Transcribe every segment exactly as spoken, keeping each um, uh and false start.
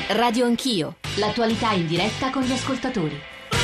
Radio Anch'io, l'attualità in diretta con gli ascoltatori.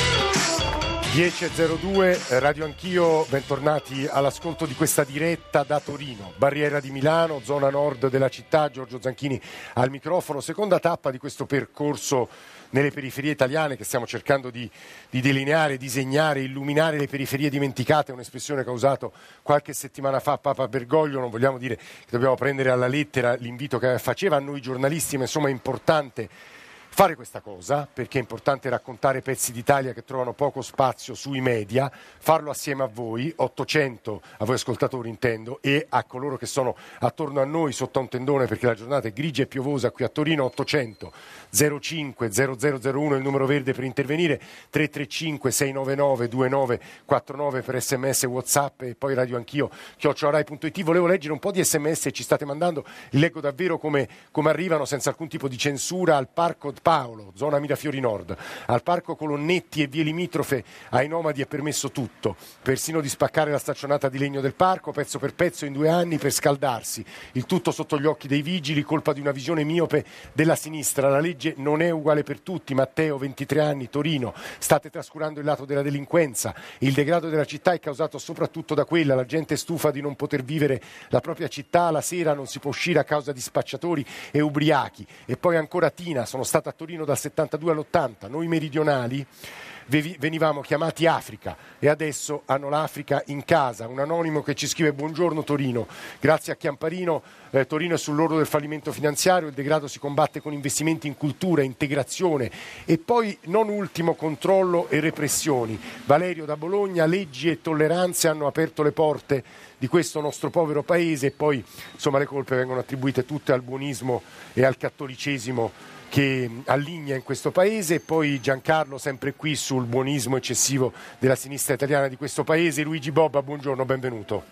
dieci e zero due, Radio Anch'io, bentornati all'ascolto di questa diretta da Torino, Barriera di Milano, zona nord della città, Giorgio Zanchini al microfono, seconda tappa di questo percorso nelle periferie italiane che stiamo cercando di, di delineare, disegnare, illuminare le periferie dimenticate, un'espressione che ha usato qualche settimana fa Papa Bergoglio. Non vogliamo dire che dobbiamo prendere alla lettera l'invito che faceva a noi giornalisti, ma insomma è importante fare questa cosa, perché è importante raccontare pezzi d'Italia che trovano poco spazio sui media, farlo assieme a voi, ottocento, a voi ascoltatori intendo, e a coloro che sono attorno a noi sotto un tendone, perché la giornata è grigia e piovosa qui a Torino. Ottocento zero cinque zero zero zero uno il numero verde per intervenire, tre tre cinque sei nove nove due nove quattro nove per sms, whatsapp e poi Radio Anch'io chiocciola rai punto it. Volevo leggere un po' di sms che ci state mandando, li leggo davvero come, come arrivano, senza alcun tipo di censura. Al Parco Paolo, zona Mirafiori Nord, al Parco Colonnetti e vie limitrofe ai nomadi è permesso tutto, persino di spaccare la staccionata di legno del parco pezzo per pezzo in due anni per scaldarsi, il tutto sotto gli occhi dei vigili, colpa di una visione miope della sinistra. La legge non è uguale per tutti. Matteo, ventitré anni, Torino, state trascurando il lato della delinquenza, il degrado della città è causato soprattutto da quella, la gente è stufa di non poter vivere la propria città, la sera non si può uscire a causa di spacciatori e ubriachi. E poi ancora Tina, sono stata a Torino dal settantadue all'ottanta, noi meridionali venivamo chiamati Africa e adesso hanno l'Africa in casa. Un anonimo che ci scrive: buongiorno Torino, grazie a Chiamparino eh, Torino è sull'orlo del fallimento finanziario, il degrado si combatte con investimenti in cultura, integrazione e poi non ultimo controllo e repressioni. Valerio da Bologna, leggi e tolleranze hanno aperto le porte di questo nostro povero paese e poi insomma le colpe vengono attribuite tutte al buonismo e al cattolicesimo che alligna in questo paese. E poi Giancarlo, sempre qui sul buonismo eccessivo della sinistra italiana di questo paese. Luigi Bobba, buongiorno, benvenuto.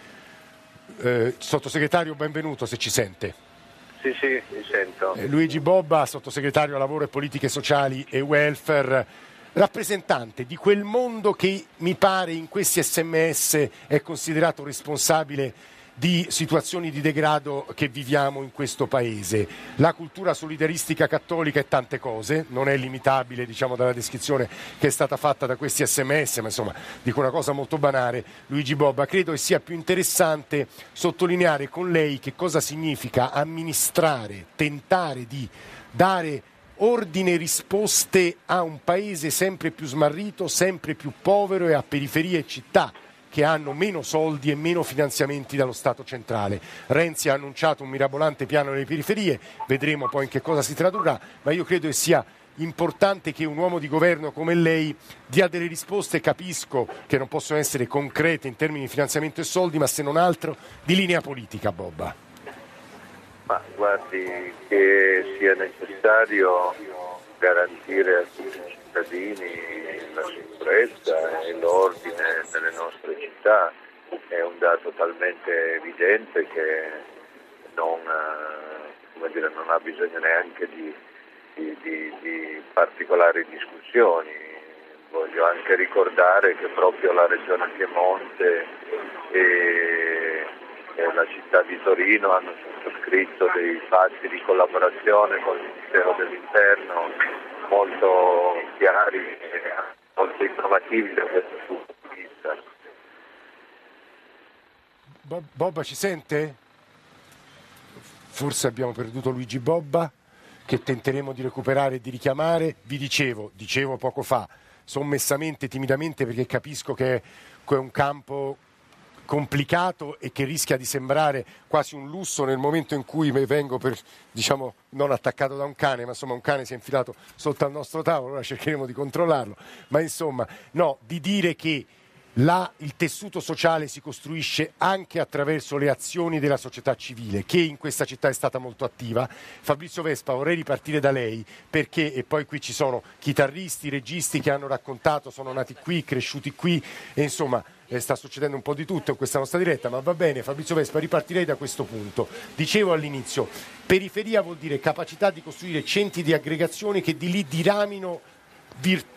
Eh, sottosegretario, benvenuto se ci sente. Sì, sì, mi sento. Eh, Luigi Bobba, sottosegretario a lavoro e politiche sociali e welfare, rappresentante di quel mondo che mi pare in questi sms è considerato responsabile di situazioni di degrado che viviamo in questo paese. La cultura solidaristica cattolica è tante cose, non è limitabile, diciamo, dalla descrizione che è stata fatta da questi sms, ma insomma dico una cosa molto banale. Luigi Bobba, credo che sia più interessante sottolineare con lei che cosa significa amministrare, tentare di dare ordine e risposte a un paese sempre più smarrito, sempre più povero e a periferie e città che hanno meno soldi e meno finanziamenti dallo Stato centrale. Renzi ha annunciato un mirabolante piano nelle periferie, vedremo poi in che cosa si tradurrà, ma io credo che sia importante che un uomo di governo come lei dia delle risposte. Capisco che non possono essere concrete in termini di finanziamento e soldi, ma se non altro di linea politica, Bobba. Ma guardi, che sia necessario garantire a tutti i cittadini la sicurezza e l'ordine nelle nostre città è un dato talmente evidente che non, come dire, non ha bisogno neanche di, di, di, di particolari discussioni. Voglio anche ricordare che proprio la Regione Piemonte e, e la città di Torino hanno sottoscritto dei patti di collaborazione con il Ministero dell'Interno molto chiari e molto innovativi da questo punto di vista. Bobba ci sente? Forse abbiamo perduto Luigi Bobba, che tenteremo di recuperare e di richiamare. Vi dicevo, dicevo poco fa, sommessamente, timidamente, perché capisco che è un campo complicato e che rischia di sembrare quasi un lusso nel momento in cui vengo per, diciamo, non attaccato da un cane, ma insomma un cane si è infilato sotto al nostro tavolo, ora cercheremo di controllarlo, ma insomma no, di dire che là il tessuto sociale si costruisce anche attraverso le azioni della società civile, che in questa città è stata molto attiva. Fabrizio Vespa, vorrei ripartire da lei, perché, e poi qui ci sono chitarristi, registi che hanno raccontato, sono nati qui, cresciuti qui, e insomma eh, sta succedendo un po' di tutto in questa nostra diretta, ma va bene. Fabrizio Vespa, ripartirei da questo punto. Dicevo all'inizio, periferia vuol dire capacità di costruire centri di aggregazione che di lì diramino virtù,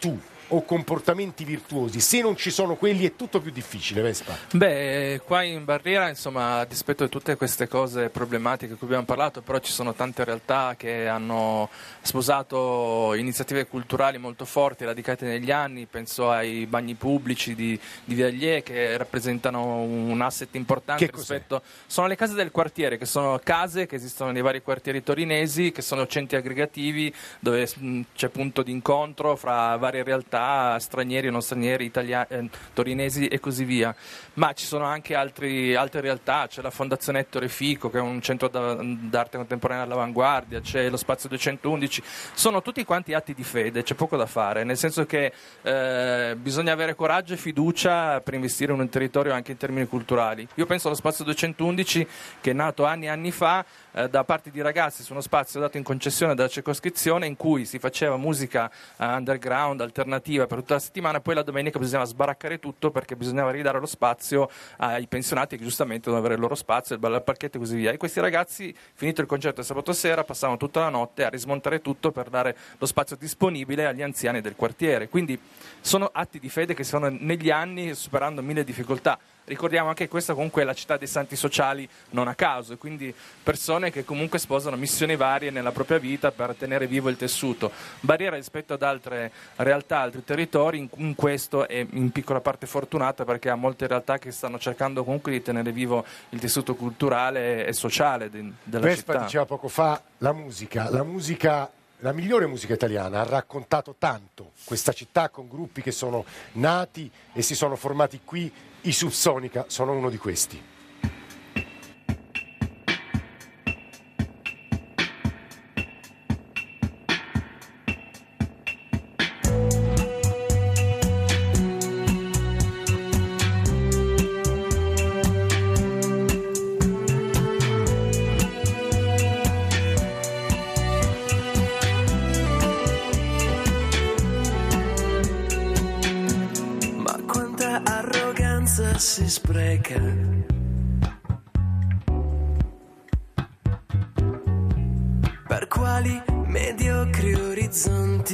o comportamenti virtuosi? Se non ci sono quelli è tutto più difficile, Vespa. Beh, qua in Barriera, insomma, a dispetto di tutte queste cose problematiche di cui abbiamo parlato, però ci sono tante realtà che hanno sposato iniziative culturali molto forti, radicate negli anni. Penso ai bagni pubblici di, di Viagliè, che rappresentano un asset importante. Che rispetto. Sono le case del quartiere, che sono case che esistono nei vari quartieri torinesi, che sono centri aggregativi dove mh, c'è punto di incontro fra varie realtà, stranieri o non stranieri, italiani, eh, torinesi e così via. Ma ci sono anche altri, altre realtà, c'è la Fondazione Ettore Fico, che è un centro da, d'arte contemporanea all'avanguardia, c'è lo Spazio duecentoundici, sono tutti quanti atti di fede, c'è poco da fare, nel senso che eh, bisogna avere coraggio e fiducia per investire in un territorio anche in termini culturali. Io penso allo Spazio duecentoundici, che è nato anni e anni fa eh, da parte di ragazzi su uno spazio dato in concessione dalla circoscrizione, in cui si faceva musica uh, underground, alternativa per tutta la settimana, poi la domenica bisognava sbaraccare tutto perché bisognava ridare lo spazio ai pensionati che giustamente dovevano avere il loro spazio, il ballo al parchetto e così via. E questi ragazzi, finito il concerto il sabato sera, passavano tutta la notte a rismontare tutto per dare lo spazio disponibile agli anziani del quartiere. Quindi sono atti di fede che si fanno negli anni superando mille difficoltà. Ricordiamo anche che questa comunque è la città dei santi sociali non a caso, e quindi persone che comunque sposano missioni varie nella propria vita per tenere vivo il tessuto. Barriera, rispetto ad altre realtà, altri territori, in, in questo è in piccola parte fortunata, perché ha molte realtà che stanno cercando comunque di tenere vivo il tessuto culturale e sociale de, della Vespa città. diceva poco fa la musica, la musica, la migliore musica italiana ha raccontato tanto questa città con gruppi che sono nati e si sono formati qui. I Subsonica sono uno di questi. Si spreca per quali mediocri orizzonti,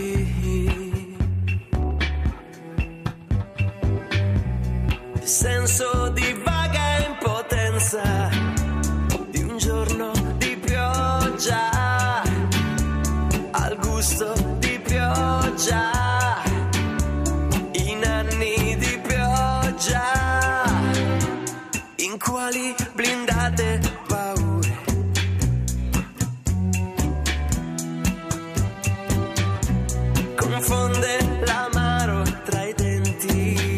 il senso di vaga impotenza di un giorno di pioggia, al gusto di pioggia, in anni di pioggia, in quali blindate paure, confonde l'amaro tra i denti,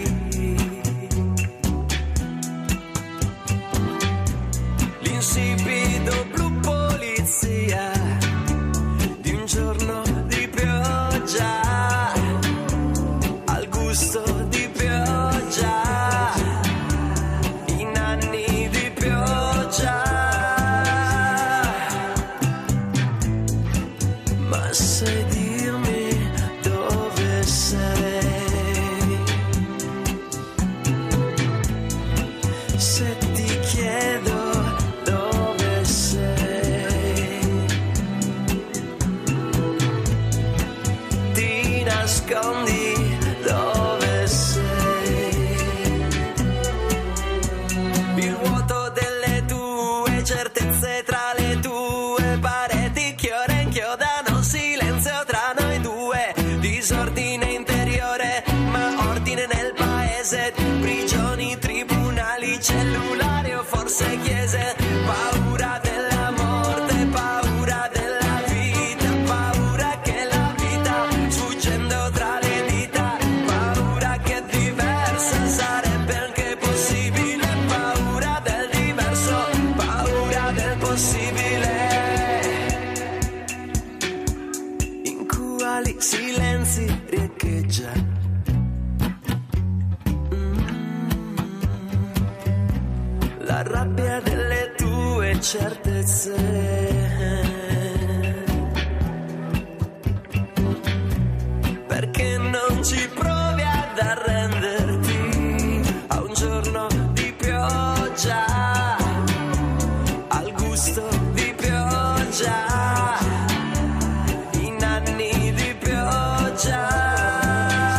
l'insipido blu polizia di un giorno di pioggia, al gusto di pioggia, ma sai dirmi dove sei? Se ti chiedo dove sei, ti nascondi dove sei, il vuoto delle tue certezze tra le tue pareti che ora inchiodano silenzio tra noi due, disordine interiore ma ordine nel paese, prigioni, tribunali, cellulari o forse chiese, paura della morte, paura della vita, paura che la vita sfuggendo tra le dita, paura che diversa sarebbe anche possibile, paura del diverso, paura del possibile, in quali silenzi riecheggia mm, la rabbia delle tue certezze, perché non ci provi ad arrenderti a un giorno di pioggia, al gusto di pioggia, in anni di pioggia,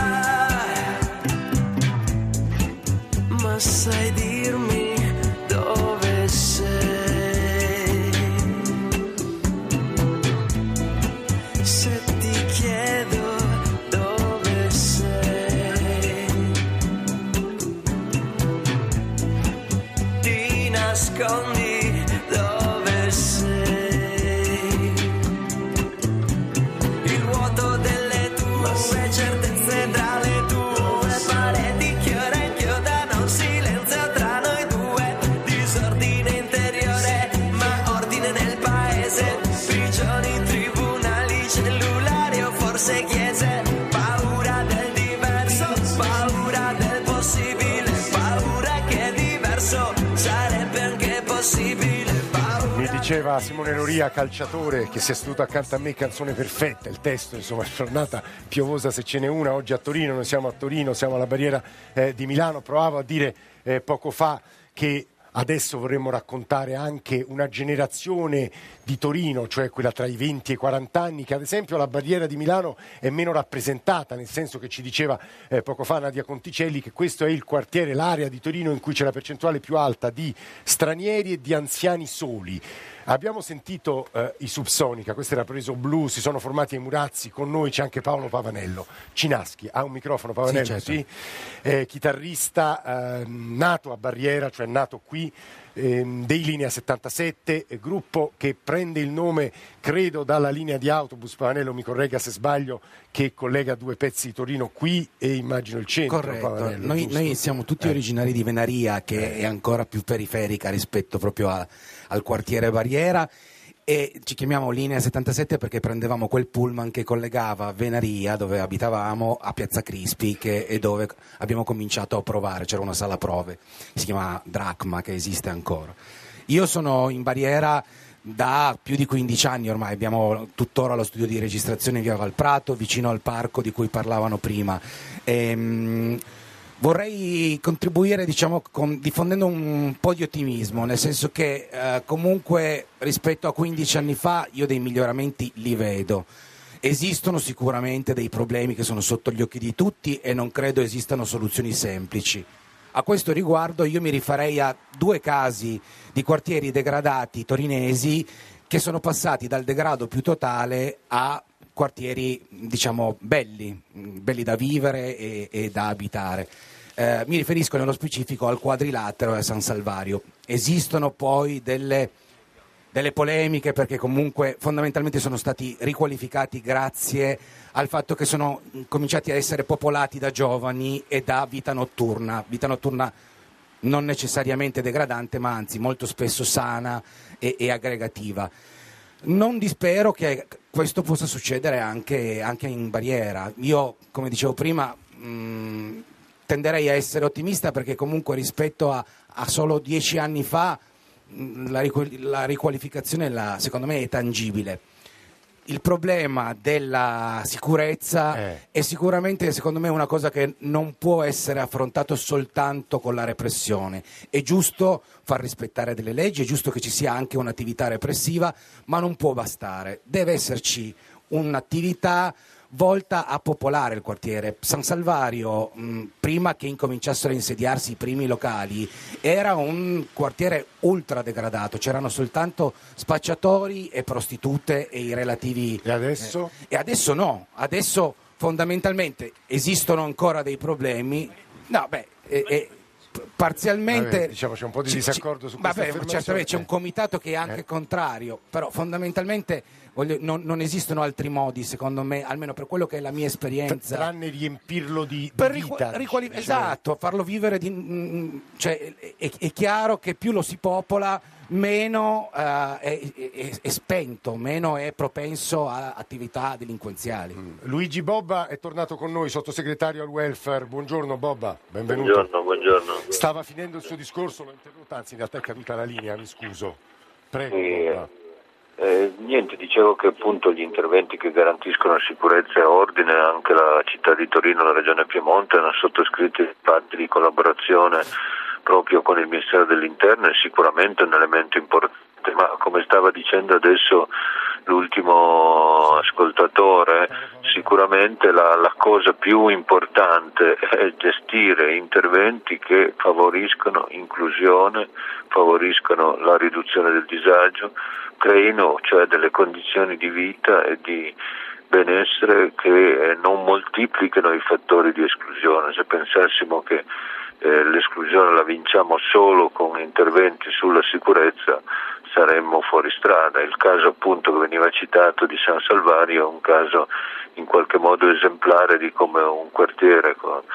se ti chiedo dove sei, ti nascondi dove sei, il vuoto delle tue certezze tra le tue pareti chioda inchiodano, silenzio tra noi due, disordine interiore ma ordine nel paese, prigioni, tribunali, cellulari o forse chiese, paura del diverso, paura del possibile, paura che diverso sarebbe anche possibile. Mi diceva Simone Loria, calciatore, che si è seduto accanto a me, canzone perfetta, il testo, insomma, giornata piovosa se ce n'è una, oggi a Torino, noi siamo a Torino, siamo alla barriera eh, di Milano, provavo a dire eh, poco fa che adesso vorremmo raccontare anche una generazione di Torino, cioè quella tra i venti e i quaranta anni, che ad esempio alla barriera di Milano è meno rappresentata, nel senso che ci diceva eh, poco fa Nadia Conticelli che questo è il quartiere, l'area di Torino in cui c'è la percentuale più alta di stranieri e di anziani soli. Abbiamo sentito eh, i Subsonica, questo era Preso Blu, si sono formati ai Murazzi, con noi c'è anche Paolo Pavanello. Cinaschi, ha un microfono Pavanello? Sì, certo. Sì. Eh, chitarrista eh, nato a Barriera, cioè nato qui, eh, dei Linea settantasette, eh, gruppo che prende il nome, credo, dalla linea di autobus, Pavanello mi corregga se sbaglio, che collega due pezzi di Torino qui e immagino il centro. Corretto, noi, noi siamo tutti eh. originari di Venaria, che eh. è ancora più periferica rispetto proprio a, al quartiere Barriera, e ci chiamiamo Linea settantasette perché prendevamo quel pullman che collegava Venaria, dove abitavamo, a Piazza Crispi, che è dove abbiamo cominciato a provare, c'era una sala prove, si chiama Dracma, che esiste ancora. Io sono in Barriera da più di quindici anni ormai, abbiamo tuttora lo studio di registrazione in via Valprato, vicino al parco di cui parlavano prima. Ehm, vorrei contribuire, diciamo, con, diffondendo un po' di ottimismo, nel senso che eh, comunque rispetto a quindici anni fa io dei miglioramenti li vedo. Esistono sicuramente dei problemi che sono sotto gli occhi di tutti e non credo esistano soluzioni semplici. A questo riguardo io mi rifarei a due casi di quartieri degradati torinesi che sono passati dal degrado più totale a quartieri, diciamo, belli, belli da vivere e, e da abitare. Eh, mi riferisco nello specifico al Quadrilatero e a San Salvario. Esistono poi delle, delle polemiche perché comunque fondamentalmente sono stati riqualificati grazie al fatto che sono cominciati a essere popolati da giovani e da vita notturna, vita notturna non necessariamente degradante, ma anzi molto spesso sana e, e aggregativa. Non dispero che questo possa succedere anche, anche in Barriera. Io, come dicevo prima, mh, tenderei a essere ottimista perché comunque rispetto a, a solo dieci anni fa mh, la, la riqualificazione la, secondo me è tangibile. Il problema della sicurezza eh. è sicuramente, secondo me, una cosa che non può essere affrontato soltanto con la repressione. È giusto far rispettare delle leggi, è giusto che ci sia anche un'attività repressiva, ma non può bastare. Deve esserci un'attività volta a popolare il quartiere. San Salvario, mh, prima che incominciassero a insediarsi i primi locali, era un quartiere ultra degradato, c'erano soltanto spacciatori e prostitute e i relativi... E adesso? Eh, e adesso no, adesso fondamentalmente esistono ancora dei problemi, no, beh... Eh, eh, parzialmente vabbè, diciamo c'è un po' di disaccordo ci, su vabbè, questa affermazione. certamente c'è un comitato che è anche eh. contrario, però fondamentalmente voglio, non, non esistono altri modi, secondo me, almeno per quello che è la mia esperienza, tranne riempirlo di, di per vita, riquali- diciamo. esatto, farlo vivere di, mh, cioè, è, è chiaro che più lo si popola meno uh, è, è, è spento, meno è propenso a attività delinquenziali. Mm. Luigi Bobba è tornato con noi, sottosegretario al welfare. Buongiorno Bobba, benvenuto. Buongiorno, buongiorno. Stava finendo il suo discorso, l'ho interrotto, anzi in realtà è caduta la linea, mi scuso. Prego, Sì, Bobba. Eh, niente, dicevo che appunto gli interventi che garantiscono sicurezza e ordine, anche la città di Torino e la regione Piemonte hanno sottoscritto patti di collaborazione proprio con il Ministero dell'Interno, è sicuramente un elemento importante, ma come stava dicendo adesso l'ultimo ascoltatore, sicuramente la, la cosa più importante è gestire interventi che favoriscono inclusione, favoriscono la riduzione del disagio, creino cioè delle condizioni di vita e di benessere che non moltiplichino i fattori di esclusione. Se pensassimo che eh, l'esclusione la vinciamo solo con interventi sulla sicurezza, saremmo fuori strada. Il caso appunto che veniva citato di San Salvario è un caso in qualche modo esemplare di come un quartiere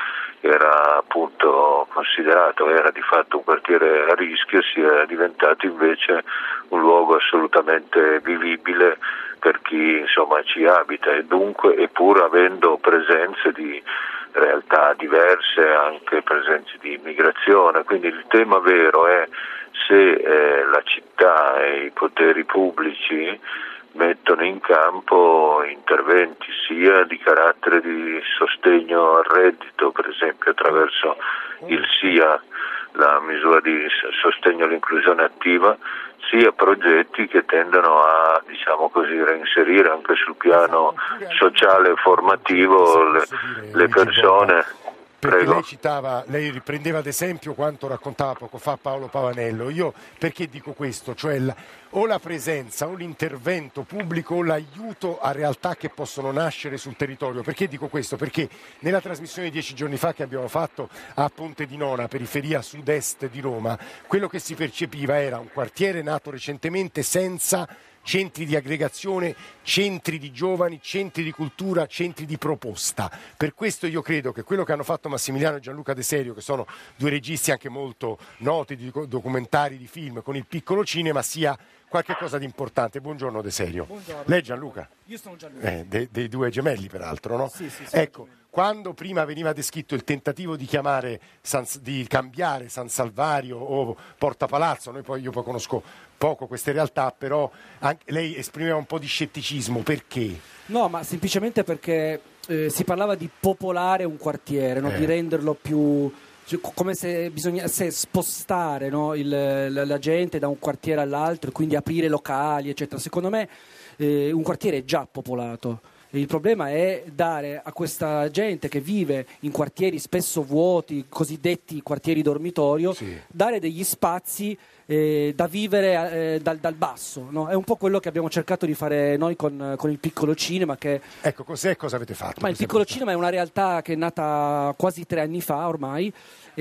era appunto considerato, era di fatto un quartiere a rischio, sia diventato invece un luogo assolutamente vivibile per chi insomma ci abita, e dunque, eppur avendo presenze di realtà diverse, anche presenze di immigrazione. Quindi il tema vero è se eh, la città e i poteri pubblici mettono in campo interventi sia di carattere di sostegno al reddito, per esempio attraverso il S I A, la misura di sostegno all'inclusione attiva, sia progetti che tendono a, diciamo così, reinserire anche sul piano sociale e formativo le, le persone. Perché Prego. lei citava, lei riprendeva ad esempio quanto raccontava poco fa Paolo Pavanello. Io perché dico questo? Cioè la, o la presenza o l'intervento pubblico o l'aiuto a realtà che possono nascere sul territorio. Perché dico questo? Perché nella trasmissione di dieci giorni fa che abbiamo fatto a Ponte di Nona, periferia sud-est di Roma, quello che si percepiva era un quartiere nato recentemente senza centri di aggregazione, centri di giovani, centri di cultura, centri di proposta. Per questo io credo che quello che hanno fatto Massimiliano e Gianluca De Serio, che sono due registi anche molto noti di documentari, di film, con il piccolo cinema, sia qualche cosa di importante. Buongiorno De Serio. Buongiorno. Lei Gianluca? Io sono Gianluca. Eh, dei, dei due gemelli peraltro, no? Sì, sì, sì, ecco, quando prima veniva descritto il tentativo di chiamare San, di cambiare San Salvario o Porta Palazzo, noi poi io poi conosco poco queste realtà, però anche lei esprimeva un po' di scetticismo. Perché? No, ma semplicemente perché eh, si parlava di popolare un quartiere, no? Eh. Di renderlo più, cioè, come se bisognasse spostare, no? Il, la, la gente da un quartiere all'altro e quindi aprire locali, eccetera. Secondo me eh, un quartiere è già popolato. Il problema è dare a questa gente che vive in quartieri spesso vuoti, cosiddetti quartieri dormitorio, sì, dare degli spazi eh, da vivere eh, dal, dal basso, no? È un po' quello che abbiamo cercato di fare noi con, con il piccolo cinema. Che... Ecco, cos'è, cosa avete fatto? Ma il piccolo cinema è una realtà che è nata quasi tre anni fa ormai.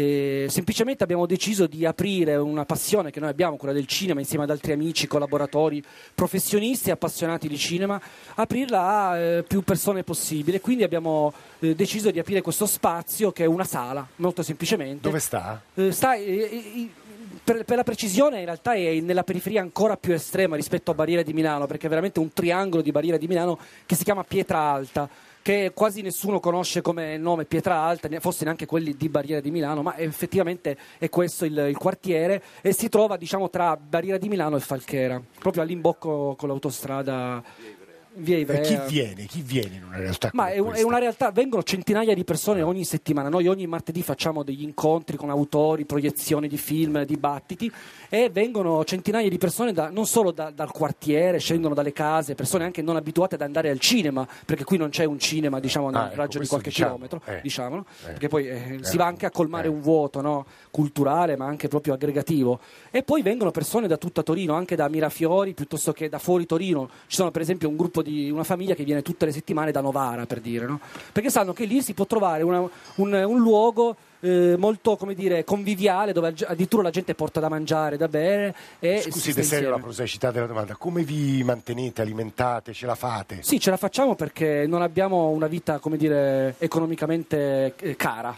E semplicemente abbiamo deciso di aprire una passione che noi abbiamo, quella del cinema, insieme ad altri amici, collaboratori, professionisti appassionati di cinema, aprirla a eh, più persone possibile. Quindi abbiamo eh, deciso di aprire questo spazio che è una sala, molto semplicemente. Dove sta? Eh, sta eh, eh, per, per la precisione in realtà è nella periferia ancora più estrema rispetto a Barriera di Milano, perché è veramente un triangolo di Barriera di Milano che si chiama Pietra Alta, che quasi nessuno conosce come nome Pietra Alta, forse neanche quelli di Barriera di Milano, ma effettivamente è questo il, il quartiere, e si trova, diciamo, tra Barriera di Milano e Falchera, proprio all'imbocco con l'autostrada Via Ivrea. E chi viene? Chi viene in una realtà Ma come è, un- questa? è una realtà, vengono centinaia di persone ogni settimana. Noi ogni martedì facciamo degli incontri con autori, proiezioni di film, dibattiti, e vengono centinaia di persone da- non solo da- dal quartiere, scendono dalle case, persone anche non abituate ad andare al cinema, perché qui non c'è un cinema, diciamo, nel Ah, ecco, raggio di questo qualche diciamo, chilometro, eh, diciamolo, eh, perché poi eh, si eh, va anche a colmare eh. un vuoto, no? Culturale, ma anche proprio aggregativo. E poi vengono persone da tutta Torino, anche da Mirafiori, piuttosto che da fuori Torino. Ci sono per esempio un gruppo di una famiglia che viene tutte le settimane da Novara, per dire, no? Perché sanno che lì si può trovare una- un, un luogo eh, molto, come dire, conviviale, dove addirittura la gente porta da mangiare, da bere e si Scusi, sta De Serio, la insieme. prosaicità della domanda. Come vi mantenete, alimentate, ce la fate? Sì, ce la facciamo perché non abbiamo una vita, come dire, economicamente eh, cara.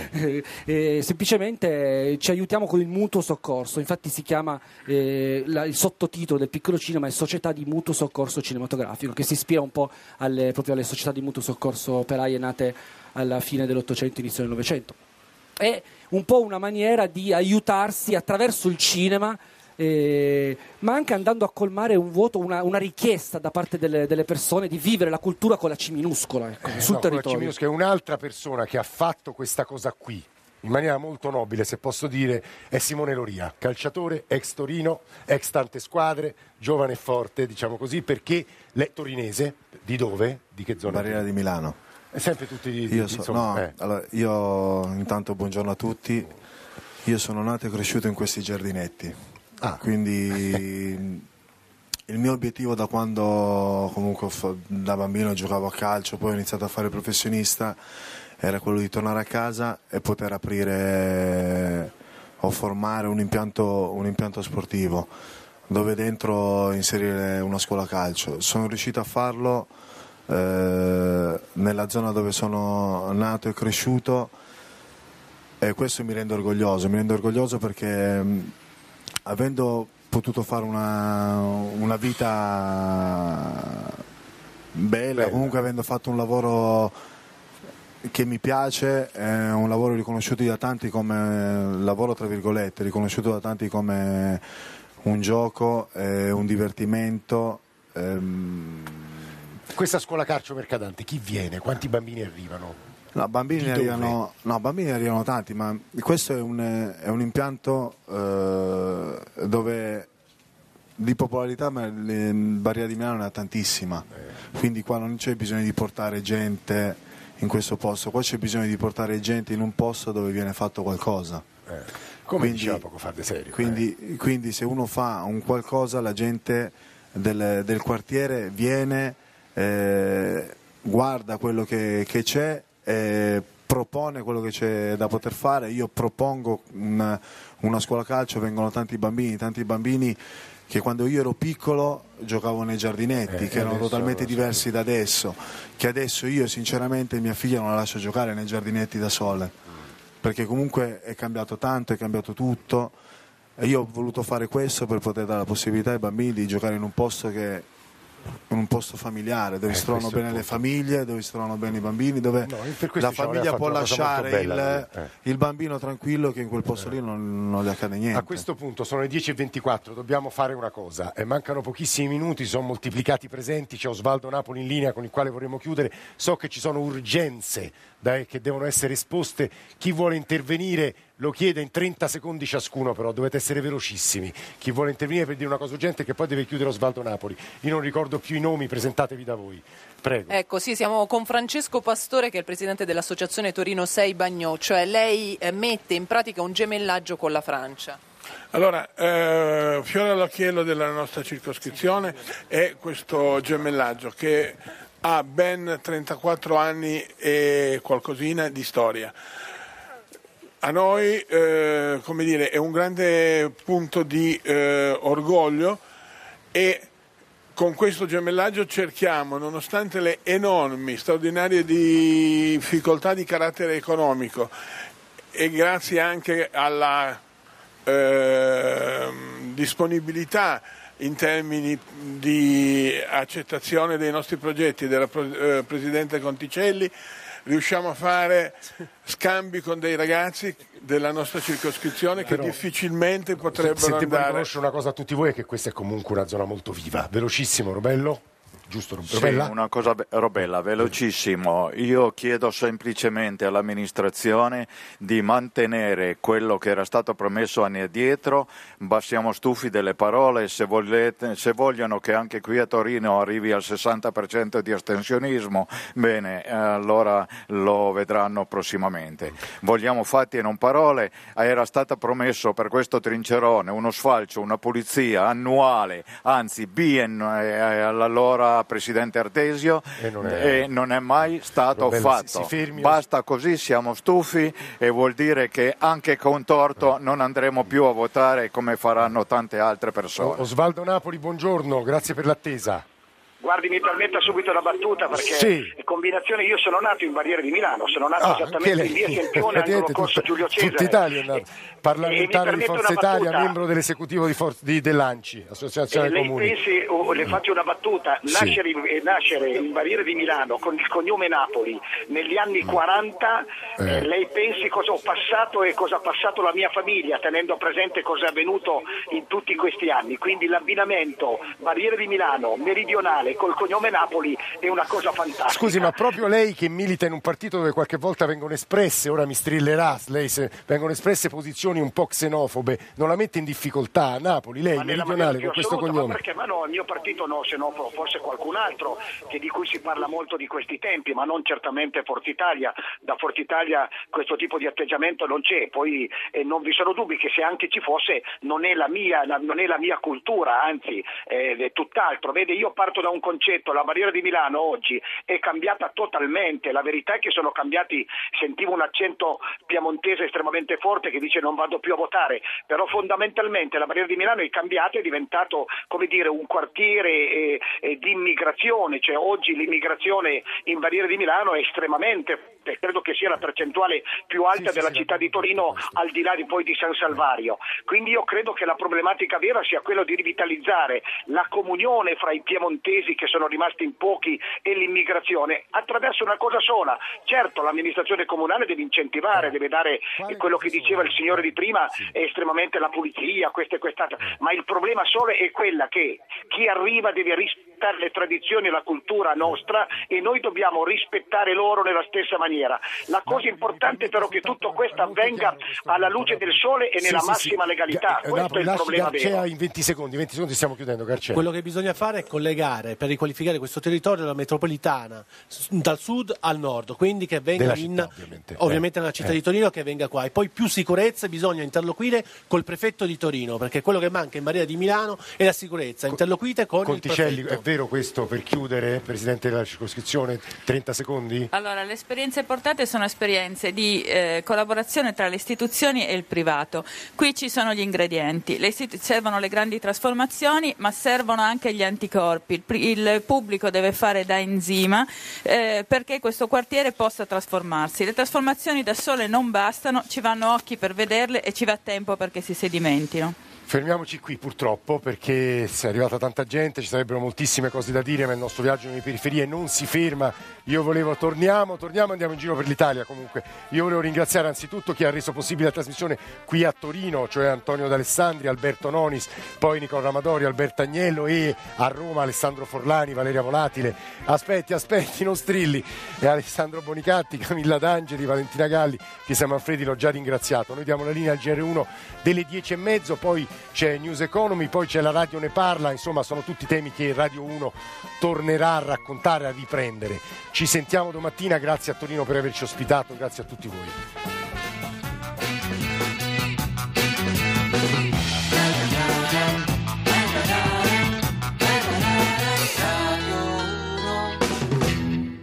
Eh, semplicemente ci aiutiamo con il mutuo soccorso. Infatti si chiama eh, la- il sottotitolo del piccolo cinema è Società di Mutuo Soccorso Cinematografico, che si ispira un po' alle, proprio alle società di mutuo soccorso operaie nate alla fine dell'Ottocento, inizio del Novecento. È un po' una maniera di aiutarsi attraverso il cinema, eh, ma anche andando a colmare un vuoto, una, una richiesta da parte delle, delle persone di vivere la cultura con la C minuscola, ecco, Eh, sul no, con la territorio. Ciminus, che è un'altra persona che ha fatto questa cosa qui in maniera molto nobile, se posso dire, è Simone Loria, calciatore, ex Torino, ex tante squadre, giovane e forte, diciamo così, perché lei è torinese, di dove? Di che zona? Barriera di Milano. È sempre tutti di, Io, di- so- insomma, no, eh. allora, io intanto buongiorno a tutti. Io sono nato e cresciuto in questi giardinetti, Ah. quindi il mio obiettivo da quando comunque da bambino giocavo a calcio, poi ho iniziato a fare professionista, era quello di tornare a casa e poter aprire o formare un impianto, un impianto sportivo dove dentro inserire una scuola calcio. Sono riuscito a farlo eh, nella zona dove sono nato e cresciuto, e questo mi rende orgoglioso, mi rende orgoglioso perché mh, avendo potuto fare una, una vita bella, bella, comunque avendo fatto un lavoro che mi piace, è un lavoro riconosciuto da tanti come lavoro tra virgolette, riconosciuto da tanti come un gioco, eh, un divertimento. Ehm... Questa scuola calcio Mercadante, chi viene? Quanti bambini arrivano? No, bambini arrivano, no, bambini arrivano tanti, ma questo è un, è un impianto eh, dove di popolarità Barriera di Milano ne ha tantissima, quindi qua non c'è bisogno di portare gente in questo posto, qua c'è bisogno di portare gente in un posto dove viene fatto qualcosa. Eh, come quindi, diceva poco fa De Serio. Quindi, eh. quindi se uno fa un qualcosa, la gente del, del quartiere viene, eh, guarda quello che, che c'è, e propone quello che c'è da poter fare. Io propongo una, una scuola calcio, vengono tanti bambini, tanti bambini che quando io ero piccolo giocavo nei giardinetti, eh, che erano totalmente diversi so. da adesso, che adesso io sinceramente mia figlia non la lascio giocare nei giardinetti da sole, perché comunque è cambiato tanto, è cambiato tutto, e io ho voluto fare questo per poter dare la possibilità ai bambini di giocare in un posto che in un posto familiare, dove eh, si trovano bene le famiglie, dove si trovano bene i bambini, dove no, la famiglia può lasciare bella, il, eh. il bambino tranquillo, che in quel posto eh. lì non, non gli accade niente. A questo punto sono le dieci e ventiquattro, dobbiamo fare una cosa, eh, mancano pochissimi minuti, sono moltiplicati i presenti, c'è Osvaldo Napoli in linea con il quale vorremmo chiudere, so che ci sono urgenze dai, che devono essere esposte, chi vuole intervenire lo chiede in trenta secondi ciascuno, però dovete essere velocissimi. Chi vuole intervenire per dire una cosa urgente, che poi deve chiudere Osvaldo Napoli. Io non ricordo più i nomi, presentatevi da voi. Prego. Ecco, sì, siamo con Francesco Pastore, che è il presidente dell'associazione Torino sei Bagnò, cioè lei eh, mette in pratica un gemellaggio con la Francia. Allora, eh, fiore all'occhiello della nostra circoscrizione è questo gemellaggio che ha ben trentaquattro anni e qualcosina di storia. A noi, eh, come dire, è un grande punto di eh, orgoglio, e con questo gemellaggio cerchiamo, nonostante le enormi, straordinarie difficoltà di carattere economico e grazie anche alla eh, disponibilità in termini di accettazione dei nostri progetti della eh, Presidente Conticelli, riusciamo a fare scambi con dei ragazzi della nostra circoscrizione che però difficilmente potrebbero se, se andare. Se devo riconoscere una cosa a tutti voi è che questa è comunque una zona molto viva. Velocissimo, Robello? Giusto, Robella? Sì, una cosa, Robella, velocissimo. Io chiedo semplicemente all'amministrazione di mantenere quello che era stato promesso anni addietro, ma siamo stufi delle parole, se, volete, se vogliono che anche qui a Torino arrivi al sessanta per cento di astensionismo, bene, allora lo vedranno prossimamente. Vogliamo fatti e non parole, era stato promesso per questo trincerone uno sfalcio, una pulizia annuale, anzi biennale all'allora Presidente Artesio, e non è, e non è mai stato Robella, fatto. Si, si fermi, basta così, siamo stufi, e vuol dire che anche con torto non andremo più a votare come faranno tante altre persone. Osvaldo Napoli, buongiorno, grazie per l'attesa. Guardi, mi permetta subito una battuta, perché sì. combinazione, io sono nato in Barriera di Milano, sono nato ah, esattamente in via Sempione, angolo Corso Giulio Cesare. Tutta Italia è nato. Parlamentare di Forza Italia, membro dell'esecutivo di, For- di dell'Anci, Associazione eh, lei Comuni. Pensi, oh, le faccio una battuta, sì. nascere, eh, nascere in Barriera di Milano con il cognome Napoli negli anni quaranta, eh. Eh, lei pensi cosa ho passato e cosa ha passato la mia famiglia, tenendo presente cosa è avvenuto in tutti questi anni, quindi l'abbinamento Barriera di Milano, meridionale, nome, col cognome Napoli è una cosa fantastica. Scusi, ma proprio lei che milita in un partito dove qualche volta vengono espresse, ora mi strillerà lei se vengono espresse posizioni un po' xenofobe, non la mette in difficoltà a Napoli, lei meridionale con questo cognome? Ma perché? Ma no, il mio partito no, se no forse qualcun altro che di cui si parla molto di questi tempi, ma non certamente Forza Italia. Da Forza Italia questo tipo di atteggiamento non c'è, poi eh, non vi sono dubbi che se anche ci fosse non è la mia, la, non è la mia cultura, anzi eh, è tutt'altro. Vede, io parto da un concetto, la barriera di Milano oggi è cambiata totalmente, la verità è che sono cambiati, sentivo un accento piemontese estremamente forte che dice non vado più a votare, però fondamentalmente la barriera di Milano è cambiata, è diventato, come dire, un quartiere eh, eh, di immigrazione, cioè oggi l'immigrazione in barriera di Milano è estremamente, credo che sia la percentuale più alta sì, della sì, città di Torino, al di là di poi di San Salvario. Quindi io credo che la problematica vera sia quella di rivitalizzare la comunione fra i piemontesi, che sono rimasti in pochi, e l'immigrazione attraverso una cosa sola. Certo, l'amministrazione comunale deve incentivare, deve dare quello che diceva il signore di prima, è estremamente la pulizia, questo e quest'altro, ma il problema solo è quella che chi arriva deve rispettare le tradizioni e la cultura nostra e noi dobbiamo rispettare loro nella stessa maniera. La cosa importante però è che tutto questo avvenga alla luce del sole e nella sì, massima sì, legalità. sì. Questo è il problema Garcea vero. In venti secondi, venti secondi stiamo chiudendo, Garcea. Quello che bisogna fare è collegare per riqualificare questo territorio la metropolitana dal sud al nord, quindi che venga città, in ovviamente, ovviamente eh. nella città eh. di Torino, che venga qua, e poi più sicurezza, bisogna interloquire col prefetto di Torino, perché quello che manca in barriera di Milano è la sicurezza. Interloquite con Conticelli, il prefetto. è vero questo, per chiudere, Presidente della circoscrizione, trenta secondi? Allora, le esperienze portate sono esperienze di eh, collaborazione tra le istituzioni e il privato. Qui ci sono gli ingredienti, le istitu- servono le grandi trasformazioni, ma servono anche gli anticorpi. Il, pri- il pubblico deve fare da enzima eh, perché questo quartiere possa trasformarsi. Le trasformazioni da sole non bastano, ci vanno occhi per vederle e ci va tempo perché si sedimentino. Fermiamoci qui purtroppo, perché è arrivata tanta gente, ci sarebbero moltissime cose da dire, ma il nostro viaggio nelle periferie non si ferma. Io volevo, torniamo, torniamo, andiamo in giro per l'Italia comunque. Io volevo ringraziare anzitutto chi ha reso possibile la trasmissione qui a Torino, cioè Antonio D'Alessandri, Alberto Nonis, poi Nicola Ramadori, Alberto Agnello, e a Roma Alessandro Forlani, Valeria Volatile, aspetti, aspetti, non strilli, e Alessandro Bonicatti, Camilla D'Angeli, Valentina Galli, Chiesa Manfredi, l'ho già ringraziato. Noi diamo la linea al G R uno delle dieci e mezzo, poi c'è News Economy, poi c'è la Radio Ne Parla, insomma sono tutti temi che Radio uno tornerà a raccontare, a riprendere. Ci sentiamo domattina, grazie a Torino per averci ospitato, grazie a tutti voi.